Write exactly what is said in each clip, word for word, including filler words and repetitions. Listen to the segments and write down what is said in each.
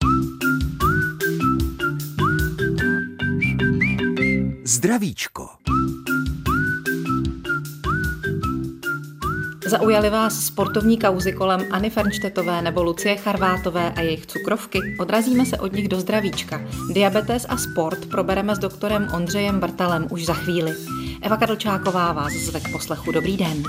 Zdravíčko. Zaujaly vás sportovní kauzy kolem Anny Fernštetové nebo Lucie Charvátové a jejich cukrovky? Odrazíme se od nich do zdravíčka. Diabetes a sport probereme s doktorem Ondřejem Vrtalem už za chvíli. Eva Kadlčáková vás zve k poslechu. Dobrý den.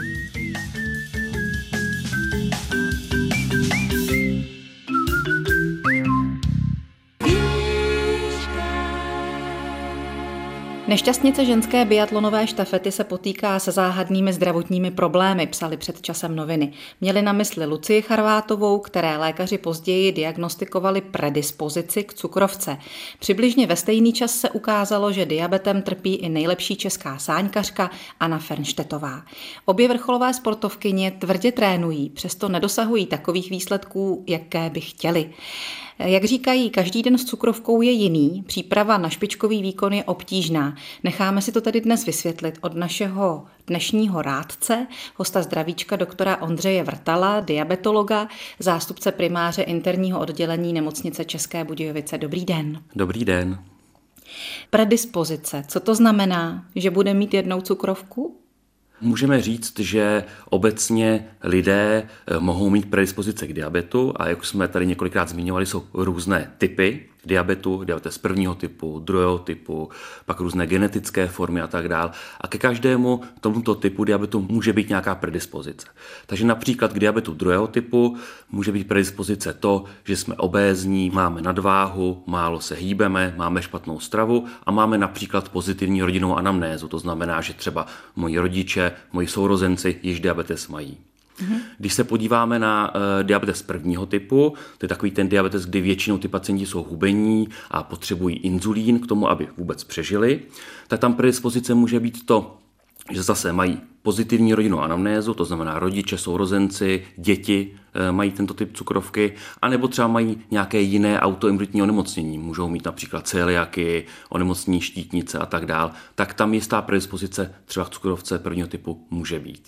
Nešťastnice ženské biatlonové štafety se potýká se záhadnými zdravotními problémy, psali před časem noviny. Měli na mysli Lucii Charvátovou, které lékaři později diagnostikovali predispozici k cukrovce. Přibližně ve stejný čas se ukázalo, že diabetem trpí i nejlepší česká sáňkařka Anna Fernštetová. Obě vrcholové sportovkyně tvrdě trénují, přesto nedosahují takových výsledků, jaké by chtěli. Jak říkají, každý den s cukrovkou je jiný, příprava na špičkový výkon je obtížná. Necháme si to tedy dnes vysvětlit od našeho dnešního rádce, hosta zdravíčka doktora Ondřeje Vrtala, diabetologa, zástupce primáře interního oddělení nemocnice České Budějovice. Dobrý den. Dobrý den. Predispozice, co to znamená, že bude mít jednou cukrovku? Můžeme říct, že obecně lidé mohou mít predispozice k diabetu a jak jsme tady několikrát zmiňovali, jsou různé typy diabetu, diabetes prvního typu, druhého typu, pak různé genetické formy a tak dál. A ke každému tomuto typu diabetu může být nějaká predispozice. Takže například k diabetu druhého typu může být predispozice to, že jsme obézní, máme nadváhu, málo se hýbeme, máme špatnou stravu a máme například pozitivní rodinnou anamnézu. To znamená, že třeba moji rodiče, moji sourozenci již diabetes mají. Když se podíváme na uh, diabetes prvního typu, to je takový ten diabetes, kdy většinou ty pacienti jsou hubení a potřebují inzulín k tomu, aby vůbec přežili, tak tam predispozice může být to, že zase mají pozitivní rodinnou anamnézu, to znamená rodiče, sourozenci, děti e, mají tento typ cukrovky, anebo třeba mají nějaké jiné autoimunitní onemocnění, můžou mít například celiaky, onemocnění štítnice a tak dál, tak tam jistá predispozice třeba k cukrovce prvního typu může být.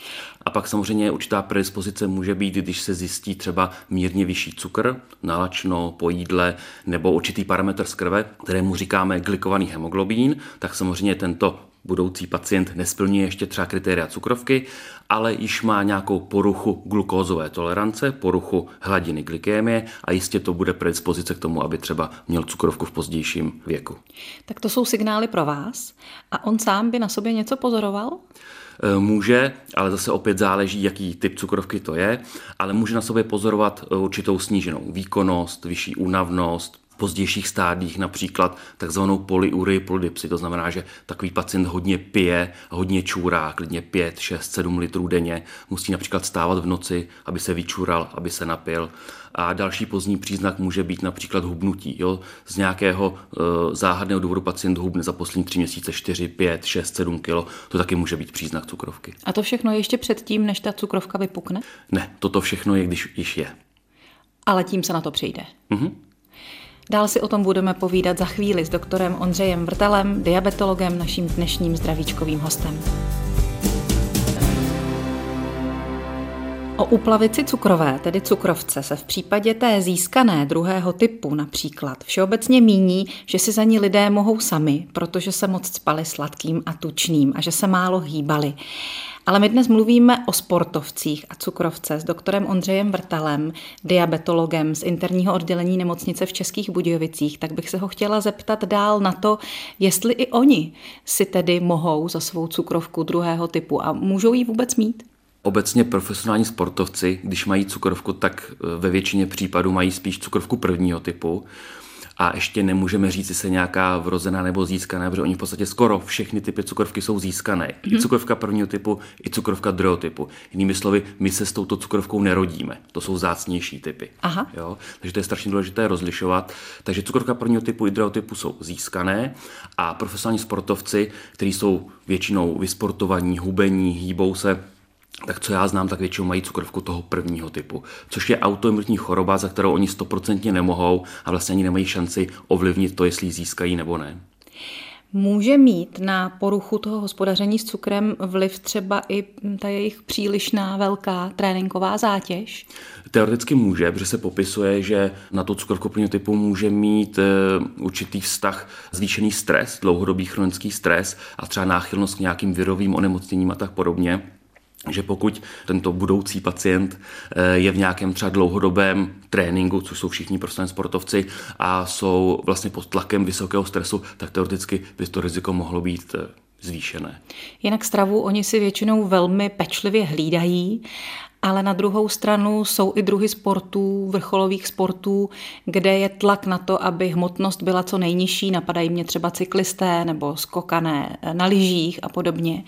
A pak samozřejmě určitá predispozice může být, když se zjistí třeba mírně vyšší cukr, nalačno, po jídle, nebo určitý parametr z krve, kterému říkáme glikovaný hemoglobín, tak samozřejmě tento budoucí pacient nesplňuje ještě třeba kritéria cukrovky, ale již má nějakou poruchu glukózové tolerance, poruchu hladiny glykémie a jistě to bude predispozice k tomu, aby třeba měl cukrovku v pozdějším věku. Tak to jsou signály pro vás. A on sám by na sobě něco pozoroval? Může, ale zase opět záleží, jaký typ cukrovky to je, ale může na sobě pozorovat určitou sníženou výkonnost, vyšší únavnost, v pozdějších stádiích například takzvanou polyurii polydipsy, to znamená, že takový pacient hodně pije, hodně čůrá, klidně pět, šest, sedm litrů denně, musí například stávat v noci, aby se vyčural, aby se napil. A další pozdní příznak může být například hubnutí. Jo? Z nějakého e, záhadného důvodu pacient hubne za poslední tři měsíce čtyři, pět, šest, sedm kilo. To taky může být příznak cukrovky. A to všechno ještě předtím, než ta cukrovka vypukne? Ne, toto všechno je, když již je. Ale tím se na to přijde. Mhm. Dál si o tom budeme povídat za chvíli s doktorem Ondřejem Vrtalem, diabetologem, naším dnešním zdravíčkovým hostem. O úplavici cukrové, tedy cukrovce, se v případě té získané druhého typu například všeobecně míní, že si za ní lidé mohou sami, protože se moc cpali sladkým a tučným a že se málo hýbali. Ale my dnes mluvíme o sportovcích a cukrovce s doktorem Ondřejem Vrtalem, diabetologem z interního oddělení nemocnice v Českých Budějovicích, tak bych se ho chtěla zeptat dál na to, jestli i oni si tedy mohou za svou cukrovku druhého typu a můžou ji vůbec mít? Obecně profesionální sportovci, když mají cukrovku, tak ve většině případů mají spíš cukrovku prvního typu. A ještě nemůžeme říct, jestli se nějaká vrozená nebo získaná, protože oni v podstatě skoro všechny typy cukrovky jsou získané. Mm-hmm. I cukrovka prvního typu, i cukrovka druhého typu. Jinými slovy, my se s touto cukrovkou nerodíme. To jsou vzácnější typy. Aha. Jo? Takže to je strašně důležité rozlišovat. Takže cukrovka prvního typu i druhého typu jsou získané a profesionální sportovci, kteří jsou většinou vysportovaní, hubení, hýbou se, tak co já znám, tak většinou mají cukrovku toho prvního typu, což je autoimunitní choroba, za kterou oni stoprocentně nemohou a vlastně ani nemají šanci ovlivnit to, jestli ji získají nebo ne. Může mít na poruchu toho hospodaření s cukrem vliv třeba i ta jejich přílišná velká tréninková zátěž? Teoreticky může, protože se popisuje, že na tu cukrovku prvního typu může mít určitý vztah zvýšený stres, dlouhodobý chronický stres a třeba náchylnost k nějakým virovým onemocněním a tak podobně. Že pokud tento budoucí pacient je v nějakém třeba dlouhodobém tréninku, což jsou všichni prostě sportovci a jsou vlastně pod tlakem vysokého stresu, tak teoreticky by to riziko mohlo být zvýšené. Jinak stravu oni si většinou velmi pečlivě hlídají, ale na druhou stranu jsou i druhy sportů, vrcholových sportů, kde je tlak na to, aby hmotnost byla co nejnižší. Napadají mě třeba cyklisté nebo skokané na lyžích a podobně.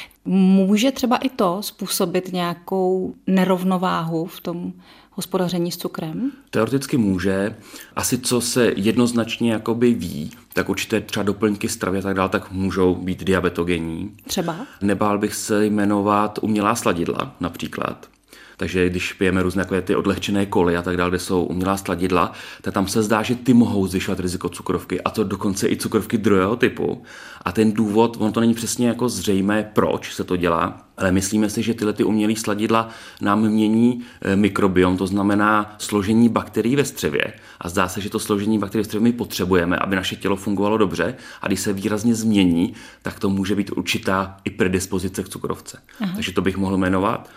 Může třeba i to způsobit nějakou nerovnováhu v tom hospodaření s cukrem? Teoreticky může. Asi co se jednoznačně jakoby ví, tak určité třeba doplňky stravy a tak dále, tak můžou být diabetogenní. Třeba? Nebál bych se jmenovat umělá sladidla například. Takže když pijeme různé takové ty odlehčené koly a tak dále, kde jsou umělá sladidla, tak tam se zdá, že ty mohou zvyšovat riziko cukrovky, a to dokonce i cukrovky druhého typu. A ten důvod, on to není přesně jako zřejmé, proč se to dělá, ale myslíme si, že tyhle ty umělé sladidla nám mění mikrobiom, to znamená složení bakterií ve střevě. A zdá se, že to složení bakterií ve střevě my potřebujeme, aby naše tělo fungovalo dobře, a když se výrazně změní, tak to může být určitá i predispozice k cukrovce. Aha. Takže to bych mohl jmenovat.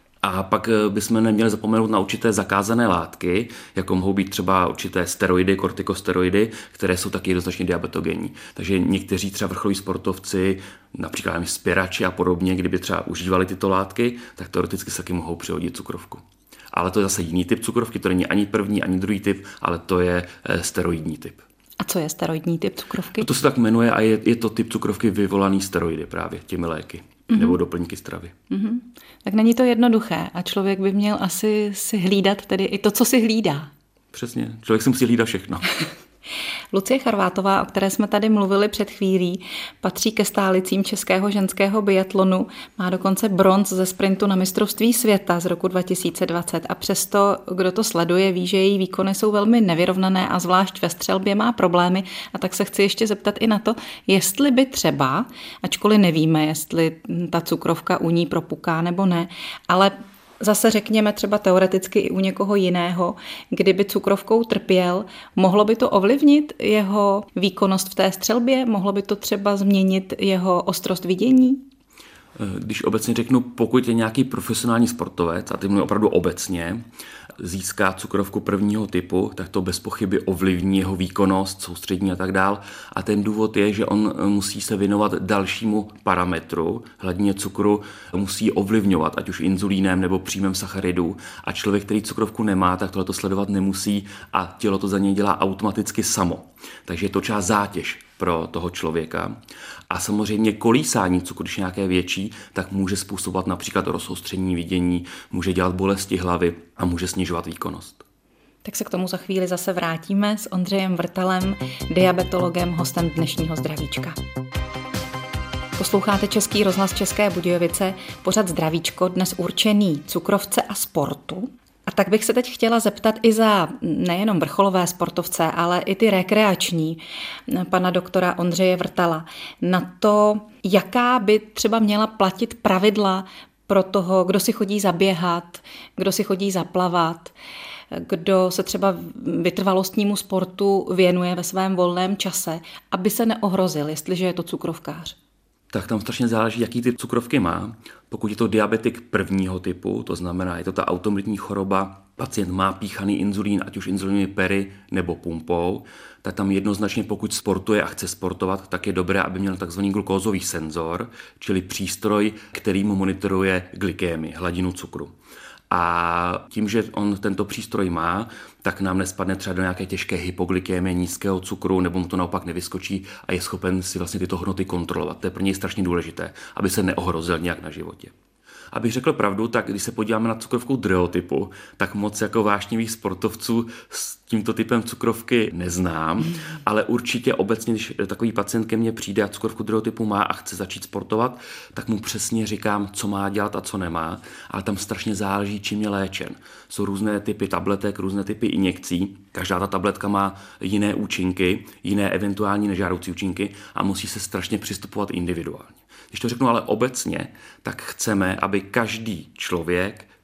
A pak bychom neměli zapomenout na určité zakázané látky, jako mohou být třeba určité steroidy, kortikosteroidy, které jsou taky jednoznačně diabetogenní. Takže někteří třeba vrcholoví sportovci, například spěrači a podobně, kdyby třeba užívali tyto látky, tak teoreticky se taky mohou přihodit cukrovku. Ale to je zase jiný typ cukrovky, to není ani první, ani druhý typ, ale to je steroidní typ. A co je steroidní typ cukrovky? To se tak jmenuje a je, je to typ cukrovky vyvolaný steroidy právě těmi léky. Mm-hmm. Nebo doplňky stravy. Mm-hmm. Tak není to jednoduché a člověk by měl asi si hlídat tedy i to, co si hlídá. Přesně, člověk si musí hlídat všechno. Lucie Charvátová, o které jsme tady mluvili před chvílí, patří ke stálicím českého ženského biatlonu, má dokonce bronz ze sprintu na mistrovství světa z roku dva tisíce dvacet a přesto, kdo to sleduje, ví, že její výkony jsou velmi nevyrovnané a zvlášť ve střelbě má problémy, a tak se chci ještě zeptat i na to, jestli by třeba, ačkoliv nevíme, jestli ta cukrovka u ní propuká nebo ne, ale zase řekněme třeba teoreticky i u někoho jiného, kdyby cukrovkou trpěl, mohlo by to ovlivnit jeho výkonnost v té střelbě? Mohlo by to třeba změnit jeho ostrost vidění? Když obecně řeknu, pokud je nějaký profesionální sportovec, a ty mluvím opravdu obecně, získá cukrovku prvního typu, tak to bez pochyby ovlivní jeho výkonnost, soustřední a tak dál. A ten důvod je, že on musí se věnovat dalšímu parametru, hladině cukru, musí ovlivňovat, ať už inzulínem nebo příjmem sacharidů. A člověk, který cukrovku nemá, tak tohleto sledovat nemusí a tělo to za něj dělá automaticky samo. Takže je to část zátěž pro toho člověka. A samozřejmě kolísání cukru, když nějaké větší, tak může způsobovat například rozostření vidění, může dělat bolesti hlavy a může snižovat výkonnost. Tak se k tomu za chvíli zase vrátíme s Ondřejem Vrtalem, diabetologem, hostem dnešního Zdravíčka. Posloucháte Český rozhlas České Budějovice, pořad Zdravíčko, dnes určený cukrovce a sportu. A tak bych se teď chtěla zeptat i za nejenom vrcholové sportovce, ale i ty rekreační, pana doktora Ondřeje Vrtala, na to, jaká by třeba měla platit pravidla pro toho, kdo si chodí zaběhat, kdo si chodí zaplavat, kdo se třeba vytrvalostnímu sportu věnuje ve svém volném čase, aby se neohrozil, jestliže je to cukrovkář. Tak tam strašně záleží, jaký typ cukrovky má. Pokud je to diabetik prvního typu, to znamená, je to ta autoimunitní choroba, pacient má píchaný inzulín, ať už inzulínovými pery nebo pumpou, tak tam jednoznačně, pokud sportuje a chce sportovat, tak je dobré, aby měl takzvaný glukózový senzor, čili přístroj, který mu monitoruje glykémii, hladinu cukru. A tím, že on tento přístroj má, tak nám nespadne třeba do nějaké těžké hypoglykémie, nízkého cukru, nebo mu to naopak nevyskočí a je schopen si vlastně tyto hodnoty kontrolovat. To je pro něj strašně důležité, aby se neohrozil nějak na životě. Abych řekl pravdu, tak když se podíváme na cukrovku druhého typu, tak moc jako vášnivých sportovců s tímto typem cukrovky neznám, ale určitě obecně, když takový pacient ke mně přijde a cukrovku druhého typu má a chce začít sportovat, tak mu přesně říkám, co má dělat a co nemá, ale tam strašně záleží, čím je léčen. Jsou různé typy tabletek, různé typy injekcí, každá ta tabletka má jiné účinky, jiné eventuální nežádoucí účinky a musí se strašně přistupovat individuálně. Když to řeknu ale obecně, tak chceme, aby každý člověk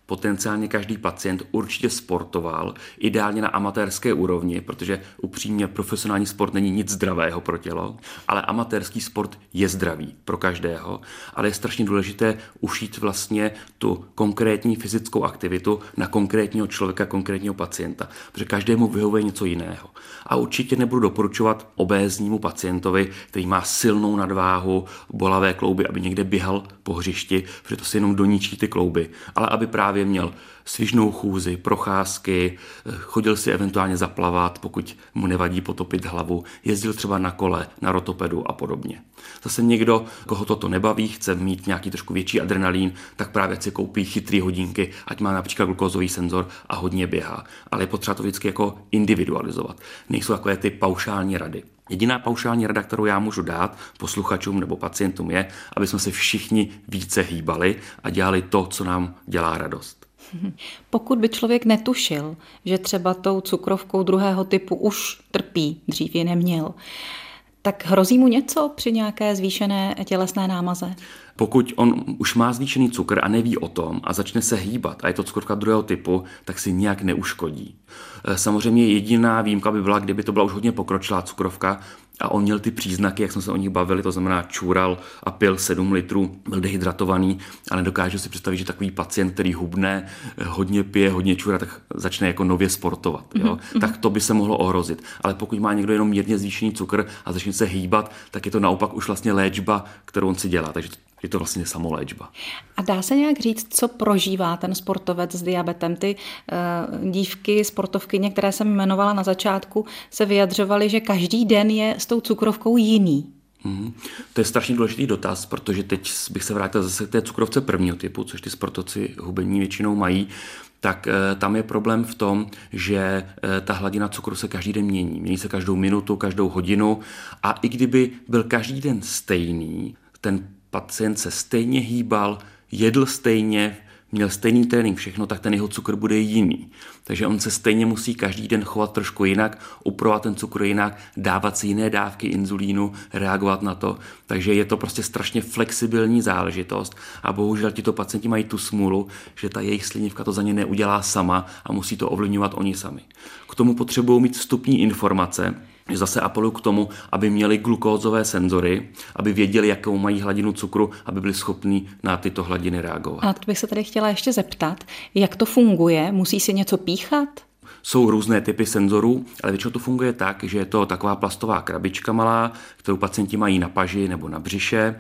potenciálně každý pacient určitě sportoval, ideálně na amatérské úrovni, protože upřímně profesionální sport není nic zdravého pro tělo, ale amatérský sport je zdravý pro každého, ale je strašně důležité ušít vlastně tu konkrétní fyzickou aktivitu na konkrétního člověka, konkrétního pacienta, protože každému vyhovuje něco jiného. A určitě nebudu doporučovat obéznímu pacientovi, který má silnou nadváhu, bolavé klouby, aby někde běhal po hřišti, protože to si jenom doničí ty klouby, ale aby právě měl svižnou chůzi, procházky, chodil si eventuálně zaplavat, pokud mu nevadí potopit hlavu, jezdil třeba na kole, na rotopedu a podobně. Zase někdo, koho toto nebaví, chce mít nějaký trošku větší adrenalín, tak právě si koupí chytrý hodinky, ať má například glukózový senzor a hodně běhá. Ale je potřeba to vždycky jako individualizovat. Nejsou takové ty paušální rady. Jediná paušální rada, kterou já můžu dát posluchačům nebo pacientům, je, aby jsme se všichni více hýbali a dělali to, co nám dělá radost. Pokud by člověk netušil, že třeba tou cukrovkou druhého typu už trpí, dřív ji neměl, tak hrozí mu něco při nějaké zvýšené tělesné námaze? Pokud on už má zvýšený cukr a neví o tom a začne se hýbat a je to cukrovka druhého typu, tak si nijak neuškodí. Samozřejmě jediná výjimka by byla, kdyby to byla už hodně pokročilá cukrovka a on měl ty příznaky, jak jsme se o nich bavili, to znamená čůral a pil sedm litrů, byl dehydratovaný, ale dokážu si představit, že takový pacient, který hubne, hodně pije, hodně čůra, tak začne jako nově sportovat. Jo? Mm-hmm. Tak to by se mohlo ohrozit. Ale pokud má někdo jenom mírně zvýšený cukr a začne se hýbat, tak je to naopak už vlastně léčba, kterou on si dělá. Takže je to vlastně samoléčba. A dá se nějak říct, co prožívá ten sportovec s diabetem? Ty uh, dívky, sportovkyně, které jsem jmenovala na začátku, se vyjadřovaly, že každý den je s tou cukrovkou jiný. Hmm. To je strašně důležitý dotaz, protože teď bych se vrátil zase k té cukrovce prvního typu, což ty sportovci hubení většinou mají. Tak e, tam je problém v tom, že e, ta hladina cukru se každý den mění. Mění se každou minutu, každou hodinu a i kdyby byl každý den stejný, ten pacient se stejně hýbal, jedl stejně, měl stejný trénink, všechno, tak ten jeho cukr bude jiný. Takže on se stejně musí každý den chovat trošku jinak, upravovat ten cukr jinak, dávat si jiné dávky inzulínu, reagovat na to. Takže je to prostě strašně flexibilní záležitost a bohužel tito pacienti mají tu smůlu, že ta jejich slinivka to za ně neudělá sama a musí to ovlivňovat oni sami. K tomu potřebují mít vstupní informace, že zase apeluju k tomu, aby měli glukózové senzory, aby věděli, jakou mají hladinu cukru, aby byli schopni na tyto hladiny reagovat. A to bych se tady chtěla ještě zeptat, jak to funguje? Musí si něco píchat? Jsou různé typy senzorů, ale většinou to funguje tak, že je to taková plastová krabička malá, kterou pacienti mají na paži nebo na břiše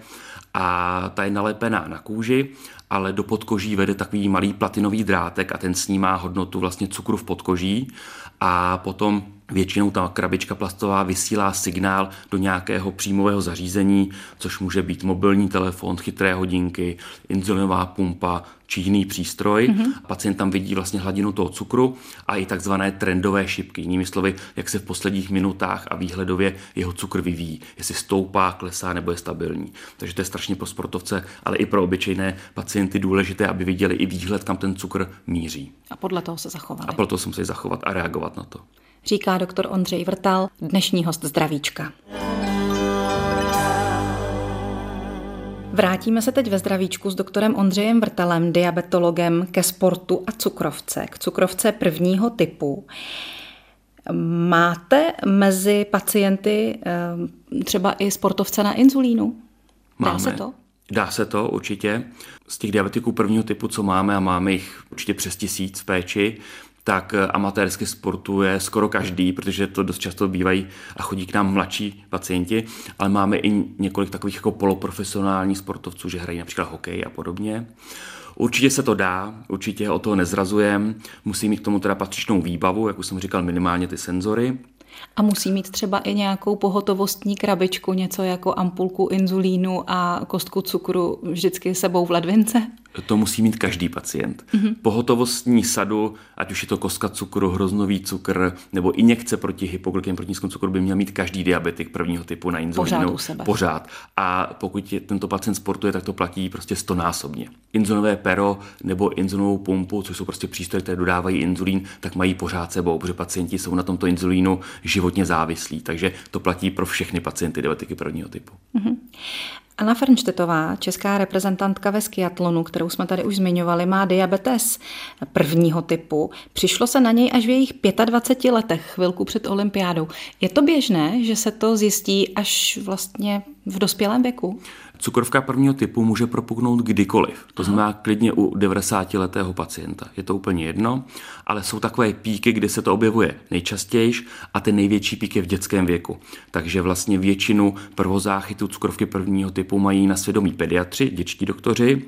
a ta je nalepená na kůži, ale do podkoží vede takový malý platinový drátek a ten snímá hodnotu vlastně cukru v podkoží a potom většinou ta krabička plastová vysílá signál do nějakého příjmového zařízení, což může být mobilní telefon, chytré hodinky, inzulinová pumpa či jiný přístroj. Mm-hmm. Pacient tam vidí vlastně hladinu toho cukru a i takzvané trendové šipky. Jinými slovy, jak se v posledních minutách a výhledově jeho cukr vyvíjí. Jestli stoupá, klesá nebo je stabilní. Takže to je strašně pro sportovce, ale i pro obyčejné pacienty důležité, aby viděli i výhled, kam ten cukr míří. A podle toho se zachovali. A podle toho se musí zachovat a reagovat na to. Říká doktor Ondřej Vrtal, dnešní host Zdravíčka. Vrátíme se teď ve Zdravíčku s doktorem Ondřejem Vrtalem, diabetologem, ke sportu a cukrovce, k cukrovce prvního typu. Máte mezi pacienty třeba i sportovce na inzulínu? Dá Máme. se to? Dá se to určitě. Z těch diabetiků prvního typu, co máme, a máme jich určitě přes tisíc v péči, tak amatérsky sportuje skoro každý, protože to dost často bývají a chodí k nám mladší pacienti, ale máme i několik takových jako poloprofesionálních sportovců, že hrají například hokej a podobně. Určitě se to dá, určitě o toho nezrazujeme, musí mít k tomu teda patřičnou výbavu, jak už jsem říkal, minimálně ty senzory. A musí mít třeba i nějakou pohotovostní krabičku, něco jako ampulku inzulínu a kostku cukru vždycky sebou v ledvince? To musí mít každý pacient. Mm-hmm. Pohotovostní sadu, ať už je to kostka cukru, hroznový cukr nebo injekce proti hypoglykemii, proti nízkému cukru, by měl mít každý diabetik prvního typu na inzulínu. Pořád u sebe. Pořád. A pokud je, tento pacient sportuje, tak to platí prostě stonásobně. Inzulinové pero nebo inzulinovou pumpu, což jsou prostě přístroje, které dodávají inzulín, tak mají pořád sebou, protože pacienti jsou na tomto inzulínu životně závislí. Takže to platí pro všechny pacienty diabetiky prvního typu. Mm-hmm. Anna Frnštetová, česká reprezentantka ve skiatlonu, kterou jsme tady už zmiňovali, má diabetes prvního typu. Přišlo se na něj až v jejich dvaceti pěti letech, chvilku před olympiádou. Je to běžné, že se to zjistí až vlastně v dospělém věku? Cukrovka prvního typu může propuknout kdykoliv. To znamená klidně u devadesátiletého pacienta. Je to úplně jedno, ale jsou takové píky, kdy se to objevuje nejčastěji a ten největší pík je v dětském věku. Takže vlastně většinu prvozáchytů cukrovky prvního typu mají na svědomí pediatři, dětští doktoři,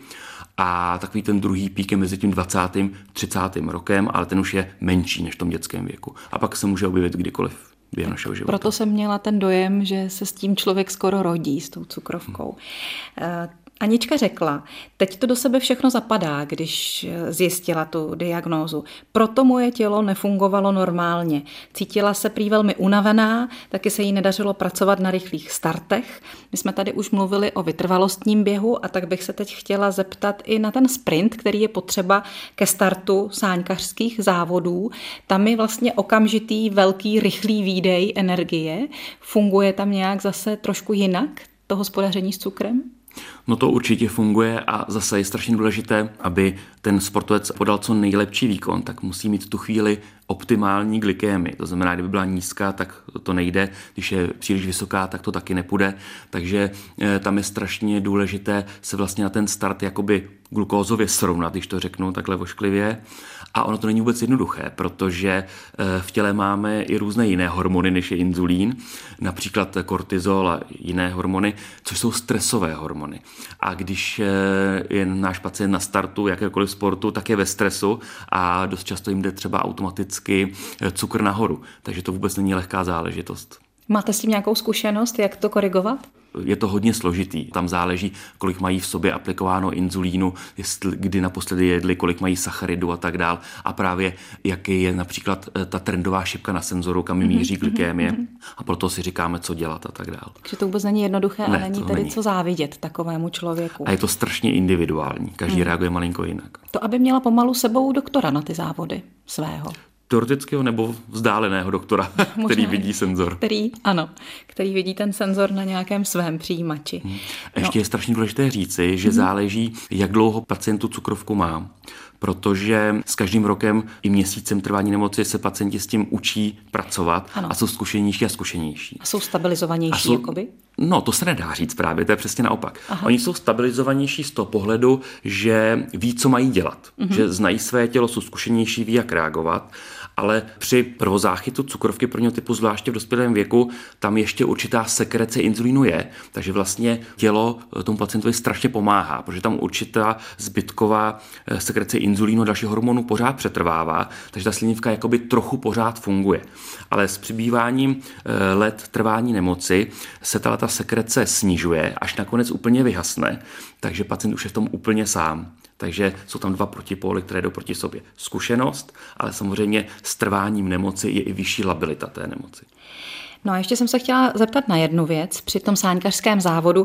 a takový ten druhý pík je mezi tím dvacátým a třicátým rokem, ale ten už je menší než v tom dětském věku. A pak se může objevit kdykoliv během našeho života. Proto jsem měla ten dojem, že se s tím člověk skoro rodí, s tou cukrovkou. Hmm. Anička řekla, teď to do sebe všechno zapadá, když zjistila tu diagnózu. Proto moje tělo nefungovalo normálně. Cítila se prý velmi unavená, taky se jí nedařilo pracovat na rychlých startech. My jsme tady už mluvili o vytrvalostním běhu a tak bych se teď chtěla zeptat i na ten sprint, který je potřeba ke startu sáňkařských závodů. Tam je vlastně okamžitý velký rychlý výdej energie. Funguje tam nějak zase trošku jinak to hospodaření s cukrem? No to určitě funguje a zase je strašně důležité, aby ten sportovec podal co nejlepší výkon, tak musí mít tu chvíli optimální glykémii. To znamená, kdyby byla nízká, tak to nejde, když je příliš vysoká, tak to taky nepůjde. Takže tam je strašně důležité se vlastně na ten start jakoby glukózově srovnat, když to řeknu takhle vošklivě. A ono to není vůbec jednoduché, protože v těle máme i různé jiné hormony, než je inzulín, například kortizol a jiné hormony, což jsou stresové hormony. A když je náš pacient na startu jakékoliv sportu, tak je ve stresu a dost často jim jde třeba automaticky cukr nahoru. Takže to vůbec není lehká záležitost. Máte s tím nějakou zkušenost, jak to korigovat? Je to hodně složitý. Tam záleží, kolik mají v sobě aplikováno inzulínu, jestli kdy naposledy jedli, kolik mají sacharidu a tak dál. A právě jaký je například ta trendová šipka na senzoru, kam míří mm-hmm, glykémie. Mm-hmm. A proto si říkáme, co dělat a tak dál. Takže to vůbec není jednoduché, ne, a není tedy není. Co závidět takovému člověku. A je to strašně individuální. Každý mm. reaguje malinko jinak. To, aby měla pomalu sebou doktora na ty závody svého. Teoretického nebo vzdáleného doktora, který vidí senzor. Který, ano, který vidí ten senzor na nějakém svém přijímači. Hmm. Ještě no. je strašně důležité říci, že hmm. záleží, jak dlouho pacient tu cukrovku má. Protože s každým rokem i měsícem trvání nemoci se pacienti s tím učí pracovat ano. a jsou zkušenější a zkušenější. A jsou stabilizovanější, a jsou, jakoby? No, to se nedá říct právě, to je přesně naopak. Aha. Oni jsou stabilizovanější z toho pohledu, že ví, co mají dělat. Mhm. Že znají své tělo, jsou zkušenější, ví, jak reagovat. Ale při prvozáchytu cukrovky prvního typu, zvláště v dospělém věku, tam ještě určitá sekrece inzulínu je, takže vlastně tělo tomu pacientovi strašně pomáhá, protože tam určitá zbytková sekrece inzulínu a dalších hormonů pořád přetrvává, takže ta slinivka jakoby trochu pořád funguje. Ale s přibýváním let trvání nemoci se ta sekrece snižuje, až nakonec úplně vyhasne, takže pacient už je v tom úplně sám. Takže jsou tam dva protipóly, které jdou proti sobě. Zkušenost, ale samozřejmě s trváním nemoci je i vyšší labilita té nemoci. No a ještě jsem se chtěla zeptat na jednu věc. Při tom sáňkařském závodu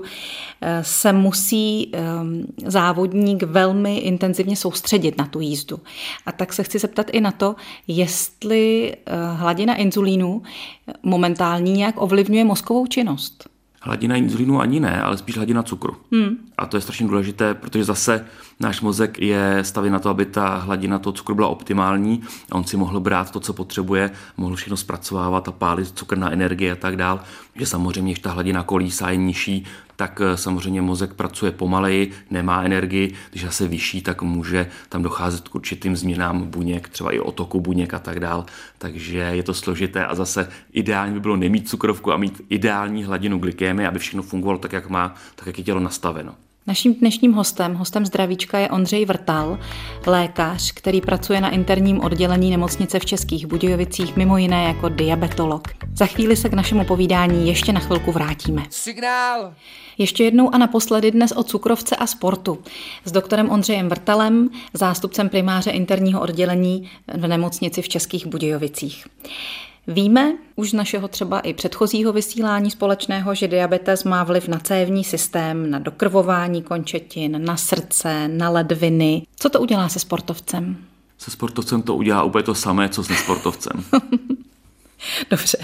se musí závodník velmi intenzivně soustředit na tu jízdu. A tak se chci zeptat i na to, jestli hladina inzulínu momentální nějak ovlivňuje mozkovou činnost. Hladina inzulínu ani ne, ale spíš hladina cukru. Hmm. A to je strašně důležité, protože zase náš mozek je stavěn na to, aby ta hladina toho cukru byla optimální a on si mohl brát to, co potřebuje, mohl všechno zpracovávat a pálit cukr na energii a tak dál. Že samozřejmě, když ta hladina kolísá je nižší, tak samozřejmě mozek pracuje pomaleji, nemá energii, když zase vyšší, tak může tam docházet k určitým změnám buněk, třeba i otoku buněk a tak dál. Takže je to složité a zase ideální by bylo nemít cukrovku a mít ideální hladinu glykémie, aby všechno fungovalo tak, jak má, tak, jak je tělo nastaveno. Naším dnešním hostem, hostem Zdravíčka, je Ondřej Vrtal, lékař, který pracuje na interním oddělení nemocnice v Českých Budějovicích, mimo jiné jako diabetolog. Za chvíli se k našemu povídání ještě na chvilku vrátíme. Signál! Ještě jednou a naposledy dnes o cukrovce a sportu. S doktorem Ondřejem Vrtalem, zástupcem primáře interního oddělení v nemocnici v Českých Budějovicích. Víme už z našeho třeba i předchozího vysílání společného, že diabetes má vliv na cévní systém, na dokrvování končetin, na srdce, na ledviny. Co to udělá se sportovcem? Se sportovcem to udělá úplně to samé, co se sportovcem. Dobře,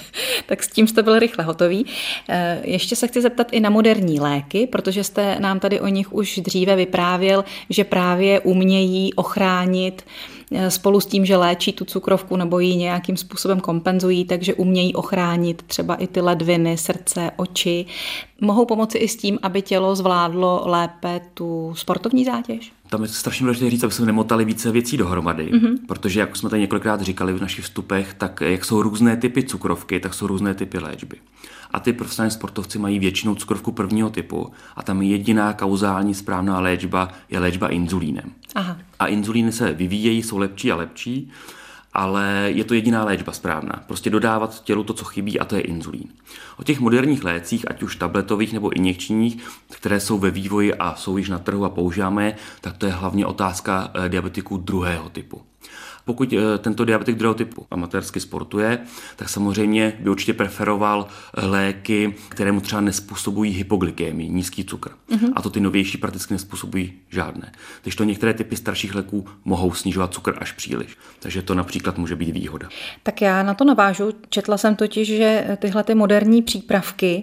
Tak s tím jste byl rychle hotový. Ještě se chci zeptat i na moderní léky, protože jste nám tady o nich už dříve vyprávěl, že právě umějí ochránit spolu s tím, že léčí tu cukrovku nebo ji nějakým způsobem kompenzují, takže umějí ochránit třeba i ty ledviny, srdce, oči. Mohou pomoci i s tím, aby tělo zvládlo lépe tu sportovní zátěž? Tam je strašně důležité říct, aby jsme nemotali více věcí dohromady, mm-hmm. protože jak jsme tady několikrát říkali v našich vstupech, tak jak jsou různé typy cukrovky, tak jsou různé typy léčby. A ty profesionální sportovci mají většinou cukrovku prvního typu a tam jediná kauzální správná léčba je léčba inzulínem. Aha. A inzulíny se vyvíjejí, jsou lepší a lepší, ale je to jediná léčba správná. Prostě dodávat tělu to, co chybí, a to je inzulín. O těch moderních lécích, ať už tabletových nebo injekčních, které jsou ve vývoji a jsou již na trhu a používáme je, tak to je hlavně otázka diabetiků druhého typu. Pokud tento diabetik druhého typu amatérsky sportuje, tak samozřejmě by určitě preferoval léky, které mu třeba nespůsobují hypoglykémii, nízký cukr. Mm-hmm. A to ty novější prakticky nespůsobují žádné. Takže to některé typy starších léků mohou snižovat cukr až příliš. Takže to například může být výhoda. Tak já na to navážu. Četla jsem totiž, že tyhle ty moderní přípravky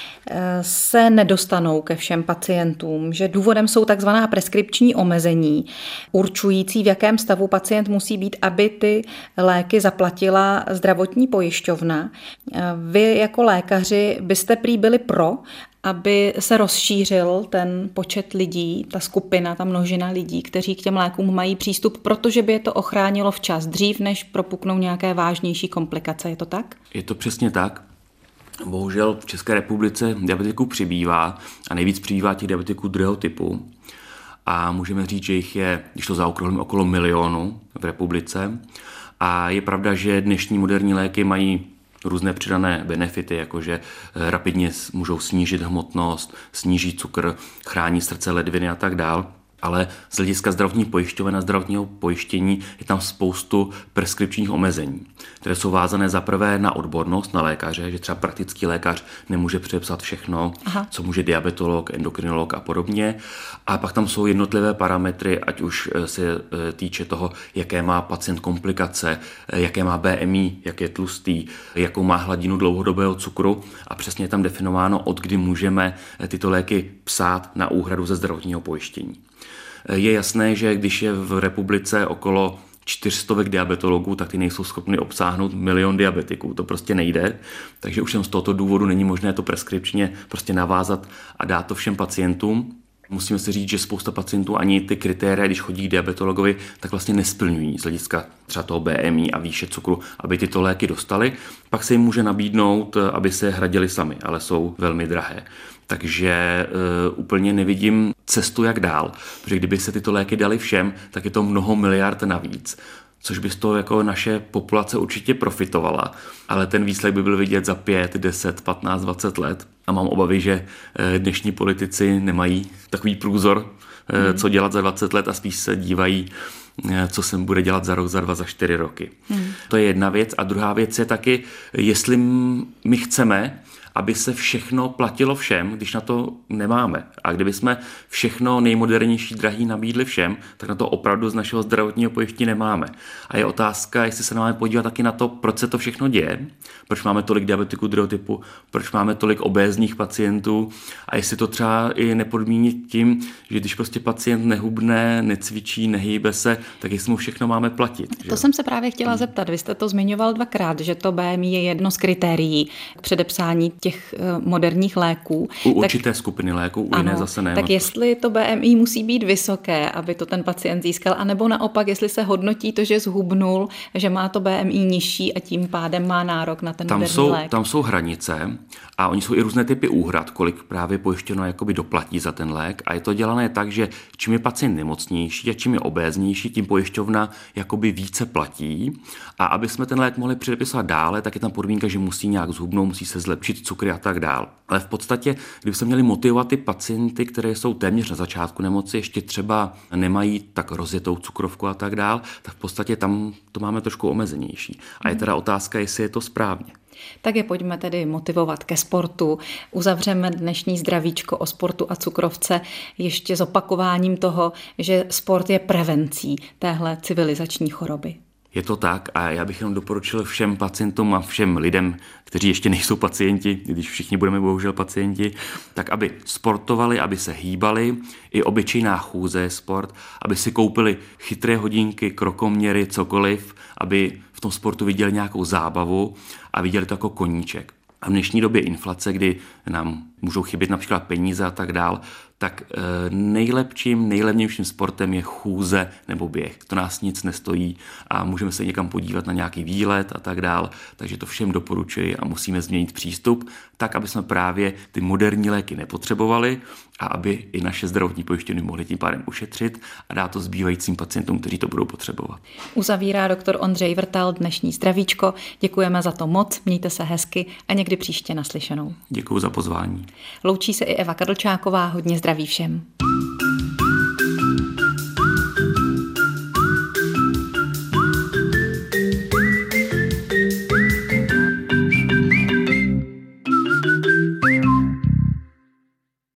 se nedostanou ke všem pacientům, že důvodem jsou takzvaná preskripční omezení, určující, v jakém stavu pacient musí být, aby ty léky zaplatila zdravotní pojišťovna. Vy jako lékaři byste prý byli pro, aby se rozšířil ten počet lidí, ta skupina, ta množina lidí, kteří k těm lékům mají přístup, protože by je to ochránilo včas, dřív, než propuknou nějaké vážnější komplikace. Je to tak? Je to přesně tak. Bohužel v České republice diabetiků přibývá a nejvíc přibývá těch diabetiků druhého typu. A můžeme říct, že jich je, když to zaokrouhlím, okolo milionu v republice. A je pravda, že dnešní moderní léky mají různé přidané benefity, jakože rapidně můžou snížit hmotnost, snížit cukr, chrání srdce, ledviny a tak dál. Ale z hlediska zdravotních pojišťoven a zdravotního pojištění je tam spoustu preskripčních omezení, které jsou vázané za prvé na odbornost, na lékaře, že třeba praktický lékař nemůže předepsat všechno, Aha. co může diabetolog, endokrinolog a podobně. A pak tam jsou jednotlivé parametry, ať už se týče toho, jaké má pacient komplikace, jaké má B M I, jak je tlustý, jakou má hladinu dlouhodobého cukru a přesně je tam definováno, od kdy můžeme tyto léky psát na úhradu ze zdravotního pojištění. Je jasné, že když je v republice okolo čtyřstovek diabetologů, tak ty nejsou schopni obsáhnout milion diabetiků. To prostě nejde, takže už jen z tohoto důvodu není možné to preskripčně prostě navázat a dát to všem pacientům. Musíme si říct, že spousta pacientů ani ty kritéria, když chodí k diabetologovi, tak vlastně nesplňují z hlediska třeba toho B M I a výše cukru, aby tyto léky dostali. Pak se jim může nabídnout, aby se hradili sami, ale jsou velmi drahé. Takže uh, úplně nevidím cestu jak dál, protože kdyby se tyto léky dali všem, tak je to mnoho miliard navíc, což by z toho jako naše populace určitě profitovala, ale ten výsledek by byl vidět za pět, deset, patnáct, dvacet let a mám obavy, že dnešní politici nemají takový průzor, hmm. co dělat za dvacet let a spíš se dívají, co se bude dělat za rok, za dva, za čtyři roky. Hmm. To je jedna věc a druhá věc je taky, jestli my chceme, aby se všechno platilo všem, když na to nemáme. A kdyby jsme všechno nejmodernější drahý nabídli všem, tak na to opravdu z našeho zdravotního pojištění nemáme. A je otázka, jestli se máme podívat taky na to, proč se to všechno děje, proč máme tolik diabetiků druhého typu, proč máme tolik obézních pacientů a jestli to třeba i nepodmínit tím, že když prostě pacient nehubne, necvičí, nehýbe se, tak jestli mu všechno máme platit. Že? To jsem se právě chtěla zeptat. Vy jste to zmiňoval dvakrát, že to B M I je jedno z kritérií k předepsání těch moderních léků. U určité tak, skupiny léků, u ano, jiné zase ne. Tak jestli to B M I musí být vysoké, aby to ten pacient získal, anebo naopak, jestli se hodnotí to, že zhubnul, že má to B M I nižší a tím pádem má nárok na ten tam moderní jsou, lék. Tam jsou hranice a oni jsou i různé typy úhrad, kolik právě pojištěno jakoby doplatí za ten lék a je to dělané tak, že čím je pacient nemocnější a čím je obéznější, tím pojišťovna jakoby více platí a aby jsme ten lék mohli předepisovat dále, tak je tam podmínka, že musí nějak zhubnout, musí se zlepšit cukry a tak dál. Ale v podstatě, kdyby se měli motivovat ty pacienty, které jsou téměř na začátku nemoci, ještě třeba nemají tak rozjetou cukrovku a tak dál, tak v podstatě tam to máme trošku omezenější. A je teda otázka, jestli je to správně. Tak je pojďme tedy motivovat ke sportu. Uzavřeme dnešní zdravíčko o sportu a cukrovce ještě zopakováním toho, že sport je prevencí téhle civilizační choroby. Je to tak a já bych jenom doporučil všem pacientům a všem lidem, kteří ještě nejsou pacienti, když všichni budeme bohužel pacienti, tak aby sportovali, aby se hýbali, i obyčejná chůze je sport, aby si koupili chytré hodinky, krokoměry, cokoliv, aby v tom sportu viděli nějakou zábavu a viděli to jako koníček. A v dnešní době inflace, kdy nám můžou chybět například peníze a tak dál, tak nejlepším, nejlevnějším sportem je chůze nebo běh. To nás nic nestojí a můžeme se někam podívat na nějaký výlet a tak dál. Takže to všem doporučuji a musíme změnit přístup tak, aby jsme právě ty moderní léky nepotřebovali a aby i naše zdravotní pojišťovny mohly tím pádem ušetřit a dát to zbývajícím pacientům, kteří to budou potřebovat. Uzavírá doktor Ondřej Vrtal dnešní Zdravíčko. Děkujeme za to moc, mějte se hezky a někdy příště naslyšenou. Děkuji za pozvání. Loučí se i Eva Kadlčáková, hodně zdraví všem.